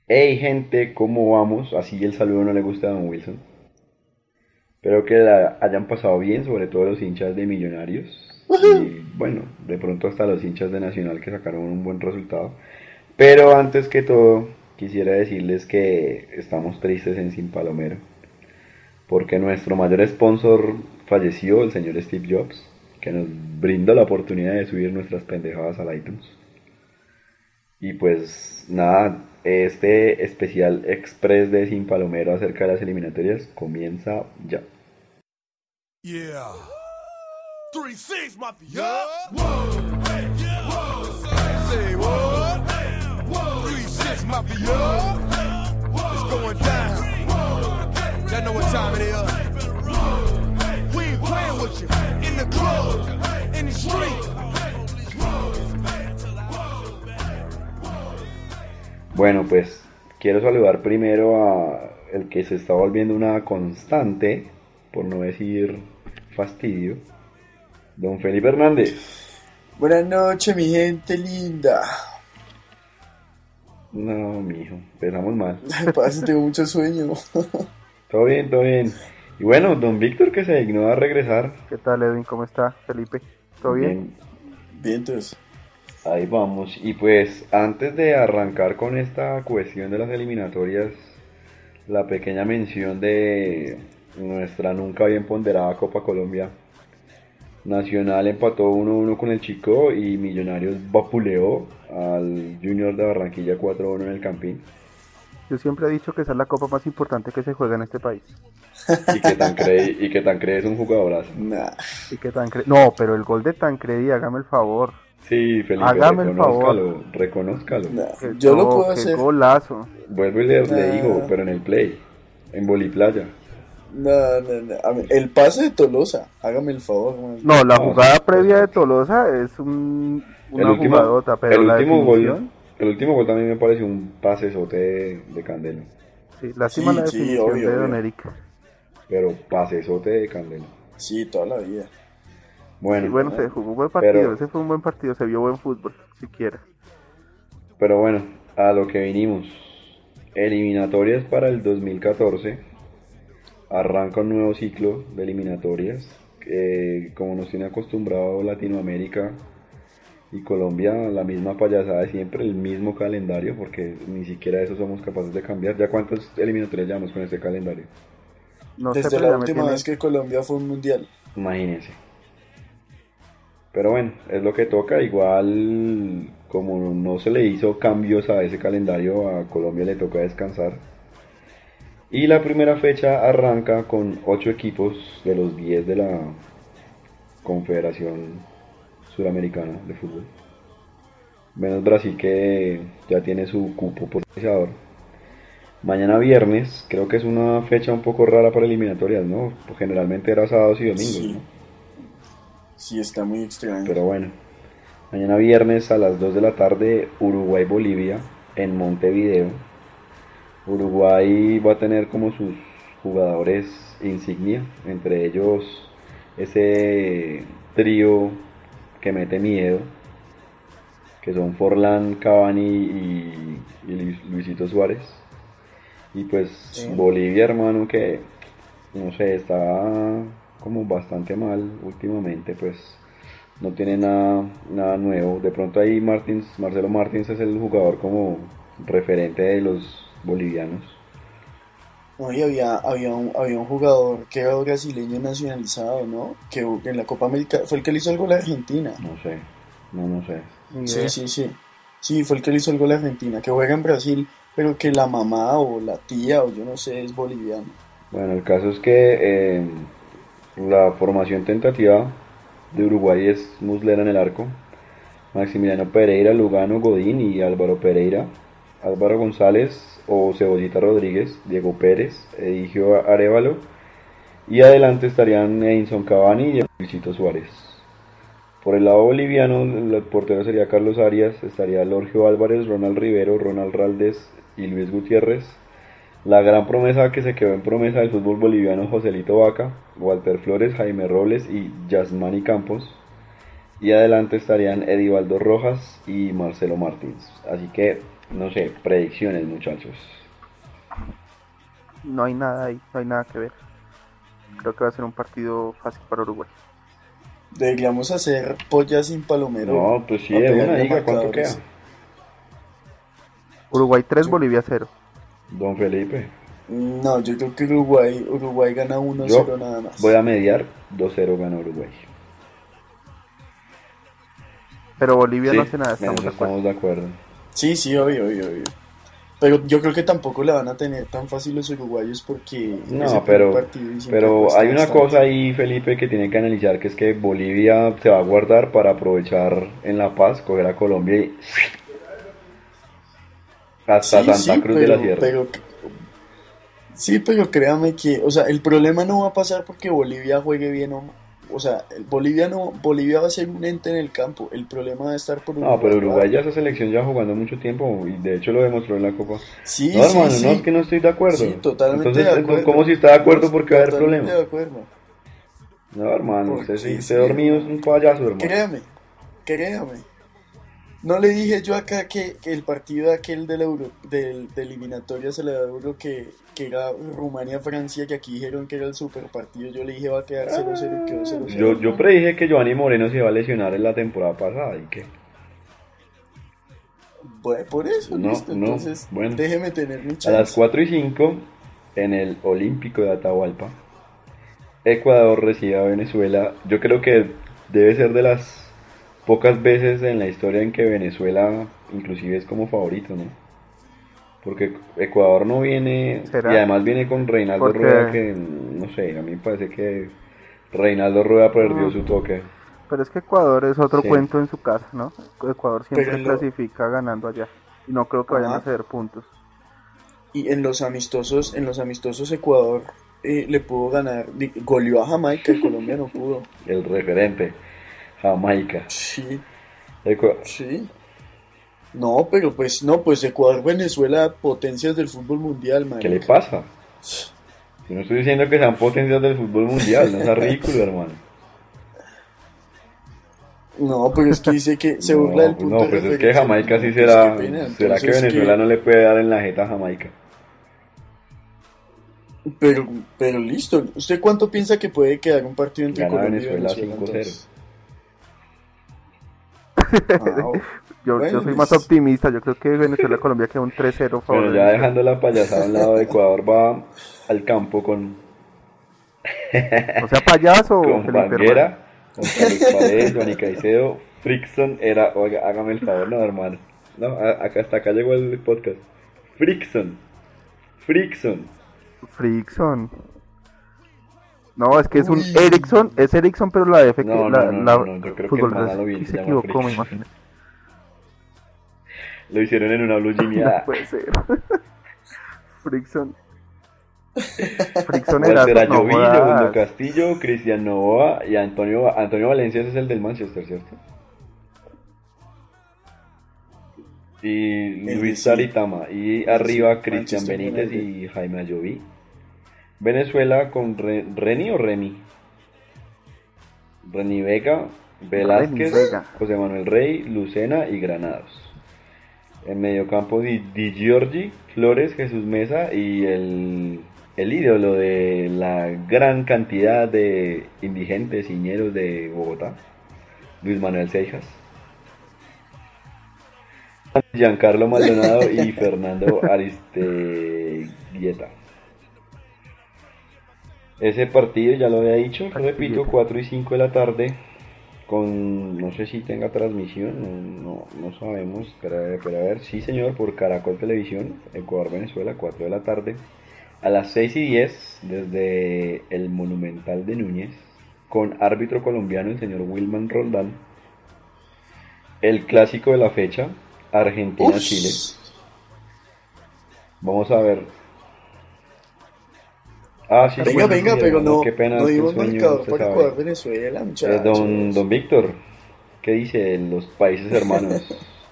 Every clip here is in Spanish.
Hey gente, ¿cómo vamos? Así el saludo no le gusta a Don Wilson. Espero que la hayan pasado bien, sobre todo los hinchas de Millonarios. Y bueno, de pronto hasta los hinchas de Nacional que sacaron un buen resultado. Pero antes que todo, quisiera decirles que estamos tristes en Sin Palomero. Porque nuestro mayor sponsor falleció, el señor Steve Jobs, que nos brindó la oportunidad de subir nuestras pendejadas al iTunes. Y pues nada, este especial express de Sin Palomero acerca de las eliminatorias comienza ya. Yeah. 3-6, mafia. Whoa. Hey, yeah. Whoa. Say what? Whoa. 3-6, mafia. It's going down. Y'all know what time it is. We ain't playing with you. In the club, in the street. Bueno, pues quiero saludar primero a el que se está volviendo una constante, por no decir fastidio, don Felipe Hernández. Buenas noches, mi gente linda. No, mijo, empezamos mal. Pasa, tengo mucho sueño. Todo bien, todo bien. Y bueno, don Víctor que se dignó a regresar. ¿Qué tal, Edwin? ¿Cómo está, Felipe? ¿Todo bien? Bien, entonces. Ahí vamos. Y pues antes de arrancar con esta cuestión de las eliminatorias, la pequeña mención de nuestra nunca bien ponderada Copa Colombia. Nacional empató 1-1 con el Chico y Millonarios vapuleó al Junior de Barranquilla 4-1 en el Campín. Yo siempre he dicho que esa es la copa más importante que se juega en este país. Y que Tancredi es un jugadorazo. Nah. Y que No, pero el gol de Tancredi, hágame el favor. Sí, Felipe, Hágame el favor. Reconózcalo. Nah. Yo lo puedo qué hacer. Golazo. Vuelvo y le digo, pero en el play, en Voliplaya. No. El pase de Tolosa, hágame el favor. Man. No, la jugada previa de Tolosa es una jugadota, pero la definición... El último gol también me pareció un pasesote de Candelo. Sí, lástima la definición obvio, de Don obvio. Eric. Pero pasesote de Candelo. Sí, toda la vida. Bueno, se jugó un buen partido, pero, ese fue un buen partido, se vio buen fútbol, siquiera. Pero bueno, a lo que vinimos. Eliminatorias para el 2014. Arranca un nuevo ciclo de eliminatorias. Como nos tiene acostumbrado Latinoamérica y Colombia, la misma payasada de siempre, el mismo calendario, porque ni siquiera eso somos capaces de cambiar. ¿Ya cuántas eliminatorias llevamos con este calendario? No Desde sé, pero la ya me última tiene... vez que Colombia fue un mundial. Imagínense. Pero bueno, es lo que toca. Igual, como no se le hizo cambios a ese calendario, a Colombia le toca descansar. Y la primera fecha arranca con 8 equipos de los 10 de la Confederación Suramericana de Fútbol. Menos Brasil, que ya tiene su cupo por organizador. Mañana viernes, creo que es una fecha un poco rara para eliminatorias, ¿no? Pues generalmente era sábados y domingos, Sí. ¿no? Sí, está muy extraño. Pero bueno, mañana viernes a las 2 de la tarde, Uruguay-Bolivia en Montevideo. Uruguay va a tener como sus jugadores insignia, entre ellos ese trío que mete miedo, que son Forlán, Cavani y Luisito Suárez. Y pues Bolivia, hermano, que no sé, está como bastante mal últimamente, pues no tiene nada nuevo. De pronto ahí Marcelo Martins es el jugador como referente de los bolivianos. Hoy había un jugador que era brasileño nacionalizado, ¿no? Que en la Copa América fue el que le hizo el gol a Argentina. No sé, no sé. Sí. Sí, fue el que le hizo el gol a Argentina, que juega en Brasil, pero que la mamá o la tía o yo no sé es boliviano. Bueno, el caso es que la formación tentativa de Uruguay es Muslera en el arco, Maximiliano Pereira, Lugano, Godín y Álvaro Pereira, Álvaro González o Cebollita Rodríguez, Diego Pérez, Edigio Arévalo, y adelante estarían Edinson Cavani y Luisito Suárez. Por el lado boliviano, el portero sería Carlos Arias, estaría Lorgio Álvarez, Ronald Rivero, Ronald Raldés y Luis Gutiérrez. La gran promesa que se quedó en promesa del fútbol boliviano, Joselito Vaca, Walter Flores, Jaime Robles y Yasmani Campos. Y adelante estarían Edivaldo Rojas y Marcelo Martins. Así que, no sé, predicciones, muchachos. No hay nada ahí, no hay nada que ver. Creo que va a ser un partido fácil para Uruguay. Deberíamos hacer polla sin palomero. No, pues sí, de una diga, ¿cuánto queda? Uruguay 3, Bolivia 0. Don Felipe. No, yo creo que Uruguay gana 1-0 nada más. Voy a mediar, 2-0 gana Uruguay. Pero Bolivia sí, no hace nada, estamos de acuerdo. Sí, obvio. Pero yo creo que tampoco la van a tener tan fácil los uruguayos porque... No, pero hay una cosa ahí, Felipe, que tienen que analizar, que es que Bolivia se va a guardar para aprovechar en La Paz, coger a Colombia y... hasta Santa Cruz de la Sierra. Pero créame que, o sea, el problema no va a pasar porque Bolivia juegue bien o sea, Bolivia va a ser un ente en el campo. El problema va a estar por Uruguay. No, pero Uruguay ya esa selección ya jugando mucho tiempo y de hecho lo demostró en la Copa. Sí, no, hermano, sí. No es que no estoy de acuerdo. Sí, totalmente entonces, de acuerdo. ¿cómo si está de acuerdo porque va a haber problema? De acuerdo. No, hermano, usted dormido es un payaso, hermano. Créame. No le dije yo acá que el partido aquel de eliminatoria se le da Euro que era Rumania-Francia, que aquí dijeron que era el super partido, yo le dije va a quedar 0-0 y quedó 0-0. Yo predije que Giovanni Moreno se iba a lesionar en la temporada pasada, ¿y qué? Bueno, por eso, listo, entonces bueno, déjeme tener mi chance. A las 4:05, en el Olímpico de Atahualpa, Ecuador recibe a Venezuela. Yo creo que debe ser de las pocas veces en la historia en que Venezuela inclusive es como favorito, ¿no? Porque Ecuador no viene, ¿será? Y además viene con Reinaldo Rueda, que no sé, a mí me parece que Reinaldo Rueda perdió su toque. Pero es que Ecuador es otro cuento en su casa, ¿no? Ecuador siempre clasifica ganando allá y no creo que vayan a ceder puntos. Y en los amistosos Ecuador le pudo ganar, goleó a Jamaica, Colombia no pudo. El referente, Jamaica. Sí. Sí. No, pero pues Ecuador, Venezuela, potencias del fútbol mundial, man. ¿Qué le pasa? Yo no estoy diciendo que sean potencias del fútbol mundial, no es ridículo, hermano. No, pero es que dice que se burla del punto de referencia. No, pues es que Jamaica sí será. ¿Será que Venezuela no le puede dar en la jeta a Jamaica? Pero listo. ¿Usted cuánto piensa que puede quedar un partido entre Colombia y Venezuela 5-0? Yo soy más optimista. Yo creo que Venezuela-Colombia queda un 3-0 favor. Pero ya dejando la payasada a un lado de Ecuador, va al campo con... O sea, payaso. Con Banguera, con Carlos Paredes, Johnny Caicedo, Frickson era... Oiga, hágame el favor, no, hermano. No, hasta acá llegó el podcast. Frickson. No, es que es un Ericsson, es Ericsson, pero la F. No, yo creo fútbol que el malo bien se equivocó, me imagino. Lo hicieron en una blue jean. No puede ser. Frickson era Lloví, Leopoldo Castillo, Cristian Novoa y Antonio Valencia. Ese es el del Manchester, ¿cierto? Y Luis Saritama. Y arriba Cristian Benítez y Jaime Ayoví. Venezuela con Reni o Remy. Reni Vega, Velázquez, José Manuel Rey, Lucena y Granados. En mediocampo Di Giorgi, Flores, Jesús Mesa y el ídolo de la gran cantidad de indigentes y ñeros de Bogotá, Luis Manuel Seijas. Giancarlo Maldonado y Fernando Aristeguieta. Ese partido, ya lo había dicho, repito, 4:05 de la tarde, con, no sé si tenga transmisión, no sabemos, pero a ver, sí señor, por Caracol Televisión, Ecuador-Venezuela, 4 de la tarde, a las 6:10, desde el Monumental de Núñez, con árbitro colombiano, el señor Wilman Roldán, el clásico de la fecha, Argentina-Chile. Vamos a ver. Sí, venga, pero no, qué pena, no dimos marcador para Ecuador, Venezuela, muchachos. Don Víctor, ¿qué dice los países hermanos?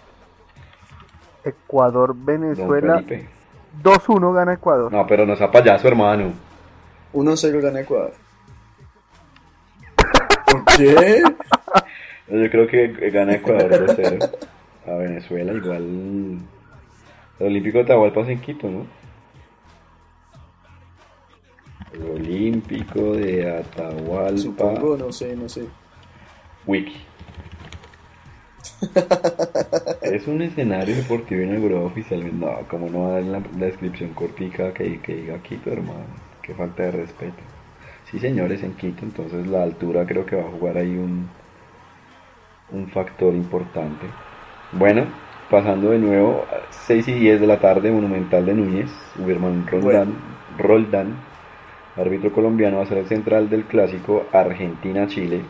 Ecuador, Venezuela, 2-1 gana Ecuador. No, pero no sea payaso, hermano. 1-0 gana Ecuador. ¿Por qué? Yo creo que gana Ecuador 2-0 a Venezuela. Igual el Olímpico de Atahualpa es en Quito, ¿no? El Olímpico de Atahualpa. Supongo, no sé. Wiki. Es un escenario deportivo inaugurado oficialmente. No, como no va a dar la descripción cortica que diga Quito, hermano. Qué falta de respeto. Sí, señores, en Quito, entonces la altura creo que va a jugar ahí un factor importante. Bueno, pasando de nuevo, 6:10 de la tarde, Monumental de Núñez, Uberman Roldán, árbitro colombiano, va a ser el central del clásico Argentina-Chile.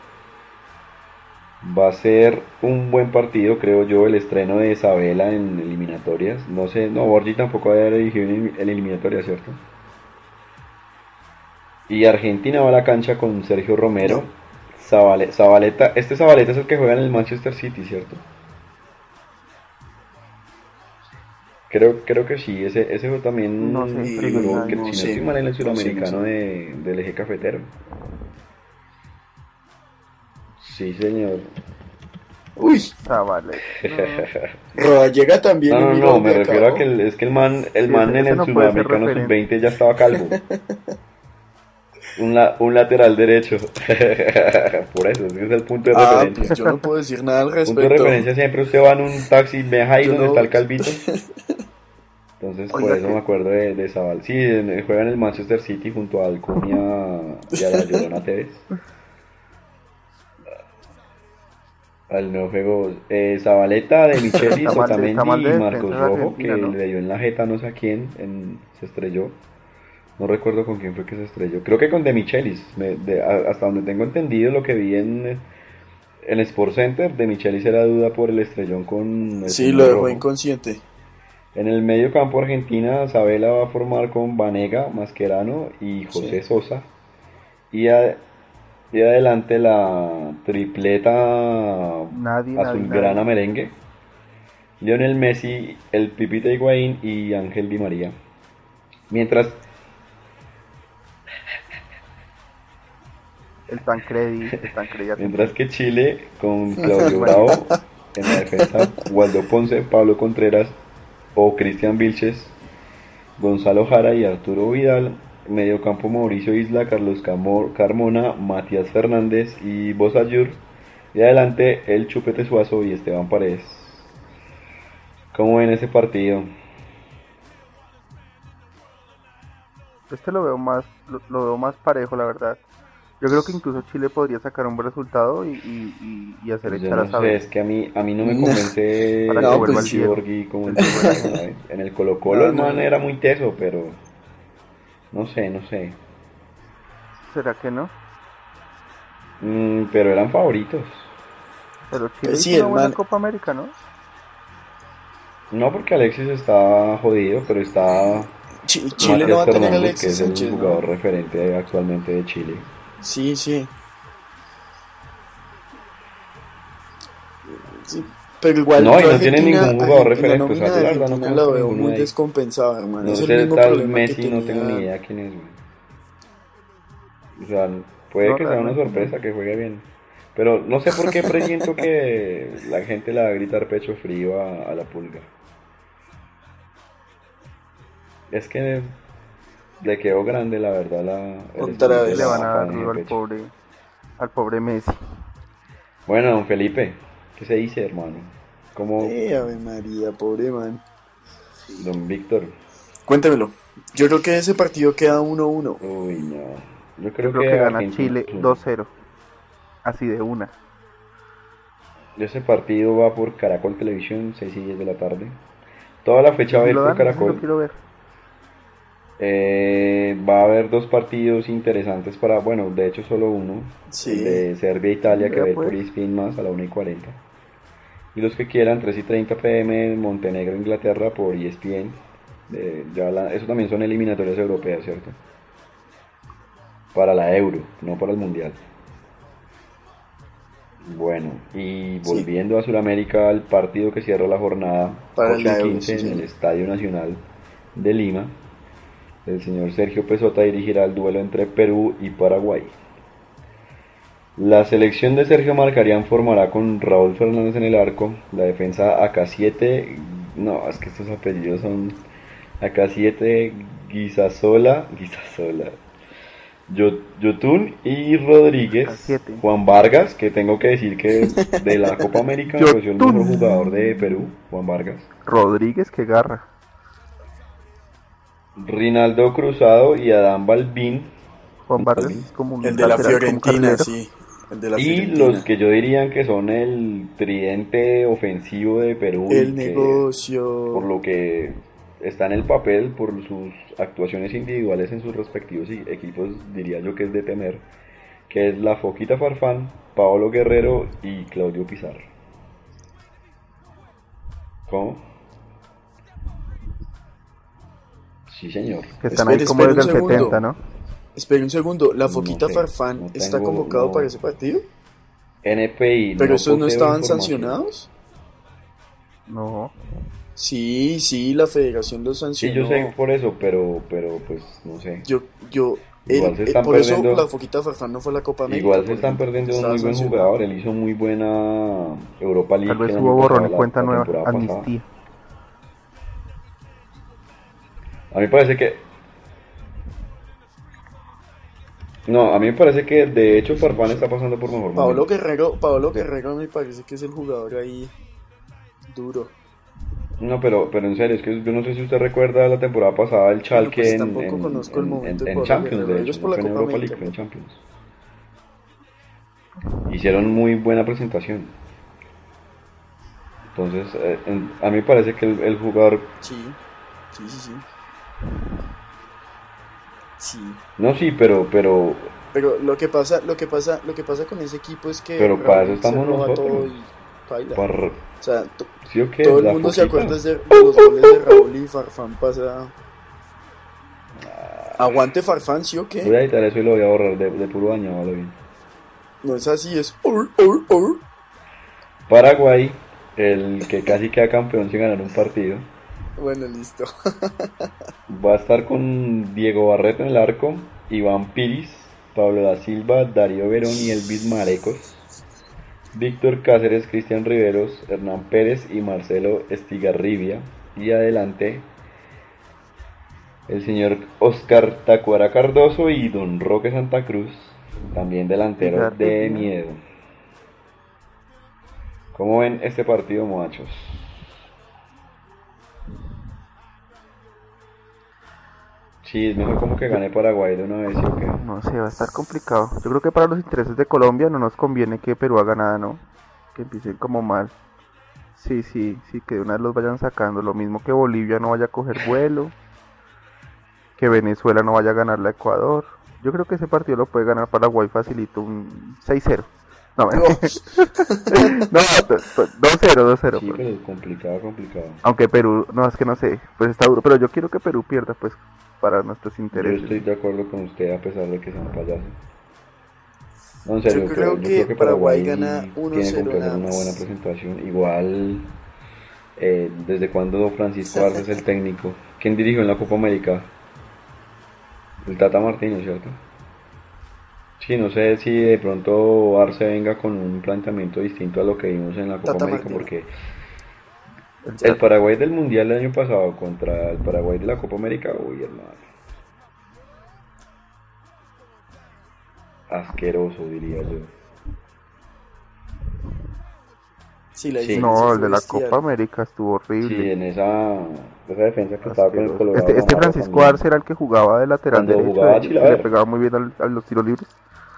Va a ser un buen partido, creo yo, el estreno de Isabela en eliminatorias. No sé, no, Borgi tampoco había dirigido en eliminatorias, ¿cierto? Y Argentina va a la cancha con Sergio Romero. Zabaleta, este Zabaleta es el que juega en el Manchester City, ¿cierto? Creo que sí, ese fue también No sé, figuró, que no si no sé, estoy mal, en el no sé. suramericano del eje cafetero. Sí, señor. Uy, Vale. Rodallega también. No, mira me dónde refiero a acabó. que es que el man ese en el no puede ser sudamericano referente. sub-20 ya estaba calvo. Un lateral derecho. Por eso, ese es el punto de referencia. Pues yo no puedo decir nada al Punto de respecto. referencia siempre usted va en un taxi, ve ahí Yo donde no- está el calvito. Entonces por Oiga, eso ¿qué? me acuerdo de Zabal. Sí, juega en el Manchester City junto a Alcurnia y a la Llorona Tevez. Al nuevo juego Zabaleta, de Michelis, Está mal de Otamendi y defensa Marcos de Rojo, que Argentina, ¿no? le dio en la jeta no sé a quién, se estrelló. No recuerdo con quién fue que se estrelló. Creo que con De Michelis. Hasta donde tengo entendido, lo que vi en Sport Center, De Michelis era duda por el estrellón con el Sí, señor lo dejó Rojo. inconsciente. En el medio campo Argentina, Sabela va a formar con Vanega, Mascherano y José Sí. Sosa. Y adelante la tripleta Nadie. azulgrana merengue. Lionel Messi, el Pipita Higuaín y Ángel Di María. Mientras El Tancredi Mientras que Chile con Claudio Bravo en la defensa, Waldo Ponce, Pablo Contreras o Cristian Vilches, Gonzalo Jara y Arturo Vidal. Mediocampo Mauricio Isla, Carlos Carmona, Matías Fernández y Bosayur. Y adelante el Chupete Suazo y Esteban Paredes. ¿Cómo ven ese partido? Este lo veo más parejo, la verdad. Yo creo que incluso Chile podría sacar un buen resultado y hacer Pues yo echar a no sé, saber. es que a mí no me convence Para que el vuelva el Richie viejo. Borghi como entrenador. En el Colo-Colo el man era muy teso, pero no sé. ¿Será que no? Pero eran favoritos. Pero Chile Pues sí, hizo una el buena man- Copa América, ¿no? No, porque Alexis está jodido, pero está Chile no va a Matías tener a Fernández, que Alexis es el Sánchez, jugador ¿no? referente actualmente de Chile. Sí. Sí, pero igual No, y yo no tiene Argentina- ningún jugador la referente, o nómina sea, de yo la verdad no Argentina la conozco veo ninguno muy de ahí. descompensada, hermano. No Es sé, el mismo tal problema que Messi, no tengo tenía. ni idea quién es, güey. O sea, puede No, que sea una realmente sorpresa, que juegue bien. Pero no sé por qué presiento que la gente le va a gritar pecho frío a la Pulga. Es que le quedó grande, la verdad, el Otra espíritu vez. de Le la van a dar AFA en duro el pecho. al pobre Messi. Bueno, don Felipe, ¿qué se dice, hermano? ¿Cómo, Ave María, pobre man. don Víctor? Cuéntemelo. Yo creo que ese partido queda 1-1. Uy, no. Yo Yo creo creo que gana Argentina- Chile 2-0. Así de una. Ese partido va por Caracol Televisión, 6:10 de la tarde. Toda la fecha va a Si ir lo por dan, ese sí Caracol. lo quiero ver. Va a haber dos partidos interesantes bueno, de hecho solo uno. Sí. El de Serbia-Italia, que Vea, va a ir pues. por ESPN más a la 1:40. Y los que quieran, 3:30 p.m. Montenegro-Inglaterra por ESPN. Eso también son eliminatorias europeas, ¿cierto? Para la Euro, no para el Mundial. Bueno, y volviendo a Sudamérica, el partido que cierra la jornada, Para 8 la y Euro, 15 sí, en el señor. Estadio Nacional de Lima. El señor Sergio Pesota dirigirá el duelo entre Perú y Paraguay. La selección de Sergio Marcarián formará con Raúl Fernández en el arco, la defensa AK7, no, es que estos apellidos son AK7, Guisasola, Yotun y Rodríguez, AK7. Juan Vargas, que tengo que decir que de la Copa América me pareció el mejor jugador de Perú, Juan Vargas. Rodríguez, que garra. Rinaldo Cruzado y Adán Balbín. Juan Vargas es como un El de la lateral, como Fiorentina, carrilero. sí. El de la Y Fiorentina. los que yo diría que son el tridente ofensivo de Perú, El y que, negocio. por lo que está en el papel, por sus actuaciones individuales en sus respectivos equipos, diría yo que es de temer, que es la Foquita Farfán, Paolo Guerrero y Claudio Pizarro. ¿Cómo? Sí, señor. Que están ahí como Espera un desde el segundo. 70, ¿no? Espera un segundo, ¿la No Foquita sé, Farfán no está tengo- convocado no. para ese partido? NPI. ¿Pero esos no poseo estaban información. sancionados? No. Sí, la federación los Sí, sancionó. yo sé por eso, pero pues no sé. Igual se están por eso perdiendo- la Foquita Farfán no fue a la Copa América. Igual se por están ejemplo, perdiendo un estaba muy buen sancionado. jugador. Él hizo muy buena Europa League. Tal vez el hubo año borrón pasado, y cuenta la nueva. temporada pasada. Amnistía. A mí me parece que. No, a mí me parece que de hecho Farfán está pasando por mejor Paolo momento. Guerrero me parece que es el jugador ahí duro. No, pero en serio, es que yo no sé si usted recuerda la temporada pasada el Schalke pues tampoco conozco el momento de en Paolo Champions, Guerrero. de Ellos hecho, por no la fue en Copa Europa League, América, fue en Champions. Hicieron muy buena presentación. Entonces, a mí me parece que el jugador. Sí. Sí. No, sí, pero Pero lo que pasa con ese equipo es que Pero para Raúl eso estamos se roba nosotros. todo y baila. par- O sea, ¿sí o qué? todo el La mundo se Foquita. acuerda de los goles de Raúl y Farfán pasa. Aguante Farfán, ¿sí o Voy qué? a editar eso y lo voy a borrar de puro daño, vale bien. No es así, es. Paraguay, el que casi queda campeón sin ganar un partido, Bueno, listo. va a estar con Diego Barreto en el arco, Iván Piris, Pablo da Silva, Darío Verón y Elvis Marecos, Víctor Cáceres, Cristian Riveros, Hernán Pérez y Marcelo Estigarribia. Y adelante el señor Oscar Tacuara Cardoso y Don Roque Santa Cruz, también delanteros de miedo. ¿Cómo ven este partido, muchachos? Sí, es mejor como que gane Paraguay de una vez, ¿sí o qué? No sé, va a estar complicado. Yo creo que para los intereses de Colombia no nos conviene que Perú haga nada, ¿no? Que empiecen como mal. Sí, que de una vez los vayan sacando. Lo mismo que Bolivia no vaya a coger vuelo. Que Venezuela no vaya a ganar la Ecuador. Yo creo que ese partido lo puede ganar Paraguay facilito, un 6-0. No, no, 2-0. Sí, Pues. pero complicado. Aunque Perú, no, es que no sé, pues está duro. Pero yo quiero que Perú pierda, pues, para nuestros Yo intereses. estoy de acuerdo con usted a pesar de que sea un payaso. No, en serio, Yo creo que Paraguay gana 1-0 tiene con que hacer nada una más. buena presentación. Igual, ¿desde cuándo Francisco Arce es el técnico? ¿Quién dirigió en la Copa América? El Tata Martino, ¿cierto? Sí, no sé si de pronto Arce venga con un planteamiento distinto a lo que vimos en la Copa Tata América, Martino. porque el Paraguay del Mundial del año pasado contra el Paraguay de la Copa América, uy, hermano. Asqueroso, diría yo. Sí, la Sí. diferencia No, fue el de la bestial. Copa América estuvo horrible. Sí, en esa defensa que estaba con el Asqueroso. Colorado. Este Navarro Francisco también. Arce era el que jugaba de lateral Cuando derecho, jugaba que Chilaver. le pegaba muy bien a los tiros libres.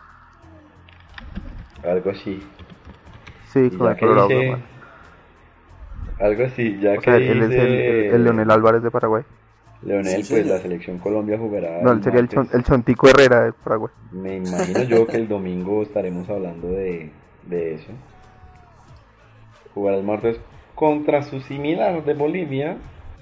Algo así. Sí, Y con ya el que Colorado. dice- normal. Algo así, ya O que sea, él es dice el Leonel Álvarez de Paraguay. Leonel, Sí, pues señor. la selección Colombia jugará No, él sería martes. el Chontico Herrera de Paraguay. Me imagino yo que el domingo estaremos hablando de eso. Jugará el martes contra su similar de Bolivia.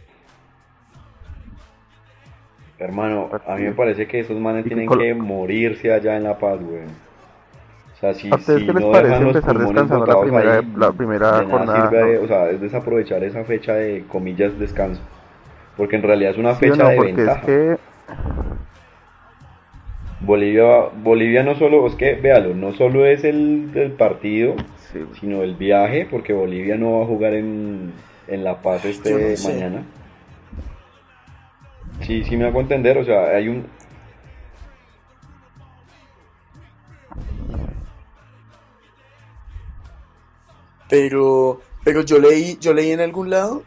Hermano, a mí me parece que esos manes Y que tienen Col- que morirse allá en La Paz, güey. O sea, si ¿A ustedes qué les no parece dejan los empezar pulmones descansando botados ahí, la primera de nada jornada? sirve, ¿No? o sea, es desaprovechar esa fecha de comillas descanso. Porque en realidad es una ¿Sí o fecha no? de Porque ventaja. es que Bolivia no solo, es que véalo, no solo es el partido, Sí, sino el viaje, porque Bolivia no va a jugar en La Paz Yo no sé. mañana. Sí, sí me hago entender, o sea, hay un... Pero yo leí en algún lado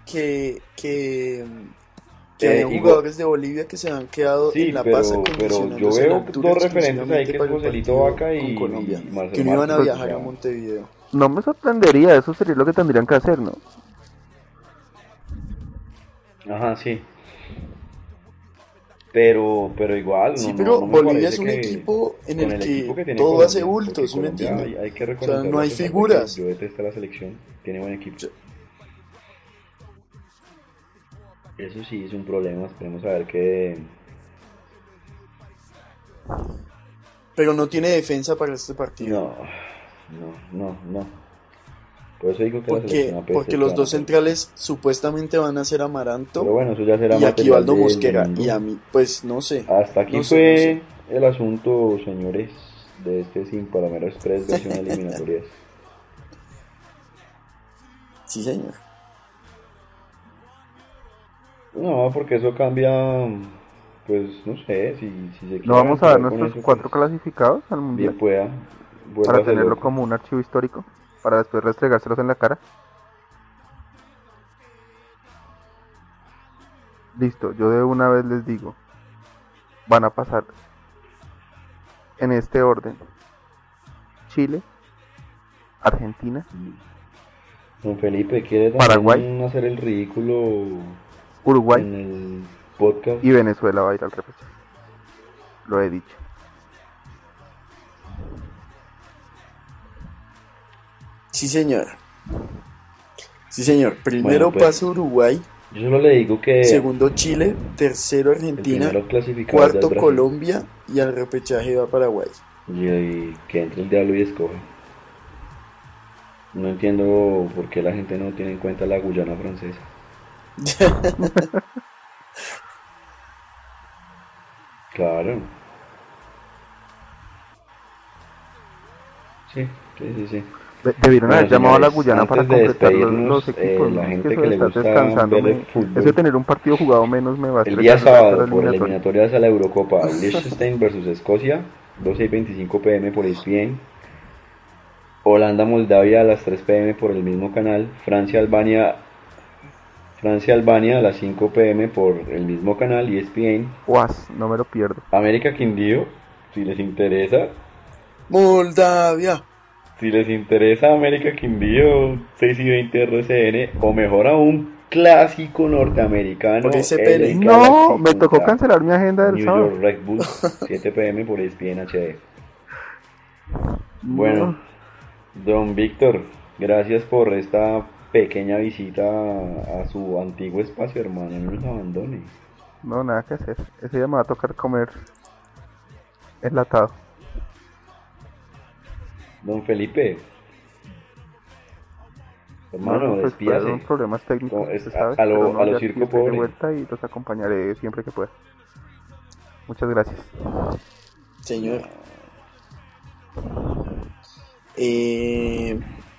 que habían igual, jugadores de Bolivia que se habían quedado sí, en La Paz pero yo acondicionándose en veo altura dos referentes ahí, exclusivamente que es para el Joselito partido Vaca con Colombia, y que Marcel no iban a Marcos, o viajar a sea, Montevideo. no me sorprendería, eso sería lo que tendrían que hacer, ¿no? ajá, sí, pero igual, Sí, pero no me Bolivia es parece un que equipo en con el el equipo que que tiene todo hace Colombia, porque bulto, ¿sí me Colombia entiende? hay que O sea, no reconocerlo a hay pesar de que yo figuras. detesto la selección, tiene buen equipo. Yo- Eso sí es un problema, esperemos a ver qué... Pero no tiene defensa para este partido. No. Por eso digo que la selección apesta Porque y que los van a dos perder. centrales supuestamente van a ser Pero Amaranto bueno, eso ya será y material Aquivaldo del Mosquera. domingo. Y a mí, pues no sé, Hasta aquí no sé, no sé. fue el asunto, señores, de este Sin Palomero Express versión eliminatorias. Sí, señor. No, porque eso cambia, pues no sé, si se No quiere vamos a dar aventurar con nuestros eso, pues 4 clasificados al bien mundial pueda, para vuélvase tenerlo loco. como un archivo histórico, para después restregárselos en la cara. Listo, yo de una vez les digo, van a pasar en este orden: Chile, Argentina, Don Felipe quiere Paraguay, también hacer el ridículo Uruguay en el podcast. y Venezuela va a ir al repechaje. Lo he dicho. Sí, señor. Sí, señor. Primero Bueno, pues pasa Uruguay, yo solo le digo que segundo Chile, tercero el Argentina, primero clasificado ya es cuarto Brasil. Colombia y al repechaje va Paraguay. Y que entre el diablo y escoja. No entiendo por qué la gente no tiene en cuenta la Guyana francesa. Claro. Sí. Debieron Bueno, haber llamado a la señores, Guyana para antes de completar despedirnos, los equipos, la ¿no? gente Que eso que de le estar gusta descansando, ver el eso fútbol, de tener un partido jugado menos me va a el día estresar el resto de sábado la por eliminatoria. eliminatorias a la Eurocopa, Liechtenstein versus Escocia, 12 y 25 pm por ESPN, Holanda-Moldavia a las 3 pm por el mismo canal, Francia-Albania a las 5 pm por el mismo canal y ESPN, Guas, no me lo pierdo. América-Quindío, si les interesa, Moldavia. Si les interesa América Quindío, 6 y 20 RCN, o mejor aún, clásico norteamericano, Por ese LA pele. No, Galaxy me tocó contra cancelar mi agenda del New sábado. York Red Bulls, 7 pm por ESPN HD. No, Bueno, don Víctor, gracias por esta pequeña visita a su antiguo espacio, hermano, no nos abandone. no, nada que hacer. Ese día me va a tocar comer enlatado. Don Felipe, hermano, No, pues fueron despídase. problemas técnicos, Es usted sabe, a lo pero no, ya aquí circo estoy de pobre. vuelta y los acompañaré siempre que pueda. Muchas gracias. Señor. Y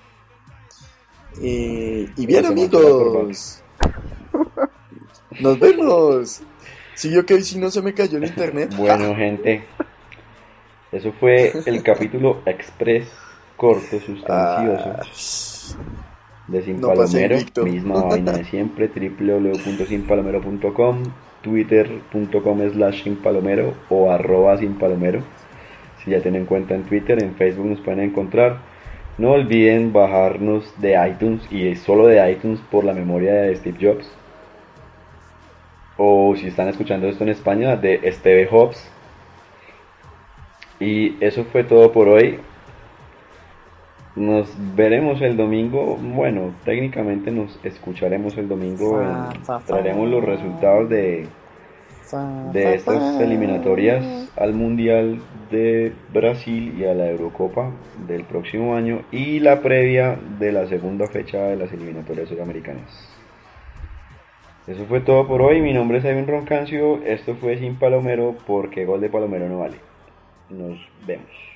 bien, Se manchó la corbata. amigos. Nos vemos. Si vio que hoy sí no se me cayó el internet. Bueno, gente, eso fue el capítulo express, corto, sustancioso, de Sin No pasé Palomero, invicto. misma vaina de siempre, www.sinpalomero.com, twitter.com/sinpalomero o @sinpalomero, si ya tienen cuenta en Twitter, en Facebook nos pueden encontrar. No olviden bajarnos de iTunes, y solo de iTunes por la memoria de Steve Jobs, o si están escuchando esto en España, de Steve Jobs. Y eso fue todo por hoy. Nos veremos el domingo. Bueno, técnicamente nos escucharemos el domingo. Traeremos los resultados de estas eliminatorias al Mundial de Brasil y a la Eurocopa del próximo año, y la previa de la segunda fecha de las eliminatorias sudamericanas. Eso fue todo por hoy. Mi nombre es Edwin Roncancio. Esto fue Sin Palomero, porque gol de Palomero no vale. nos vemos.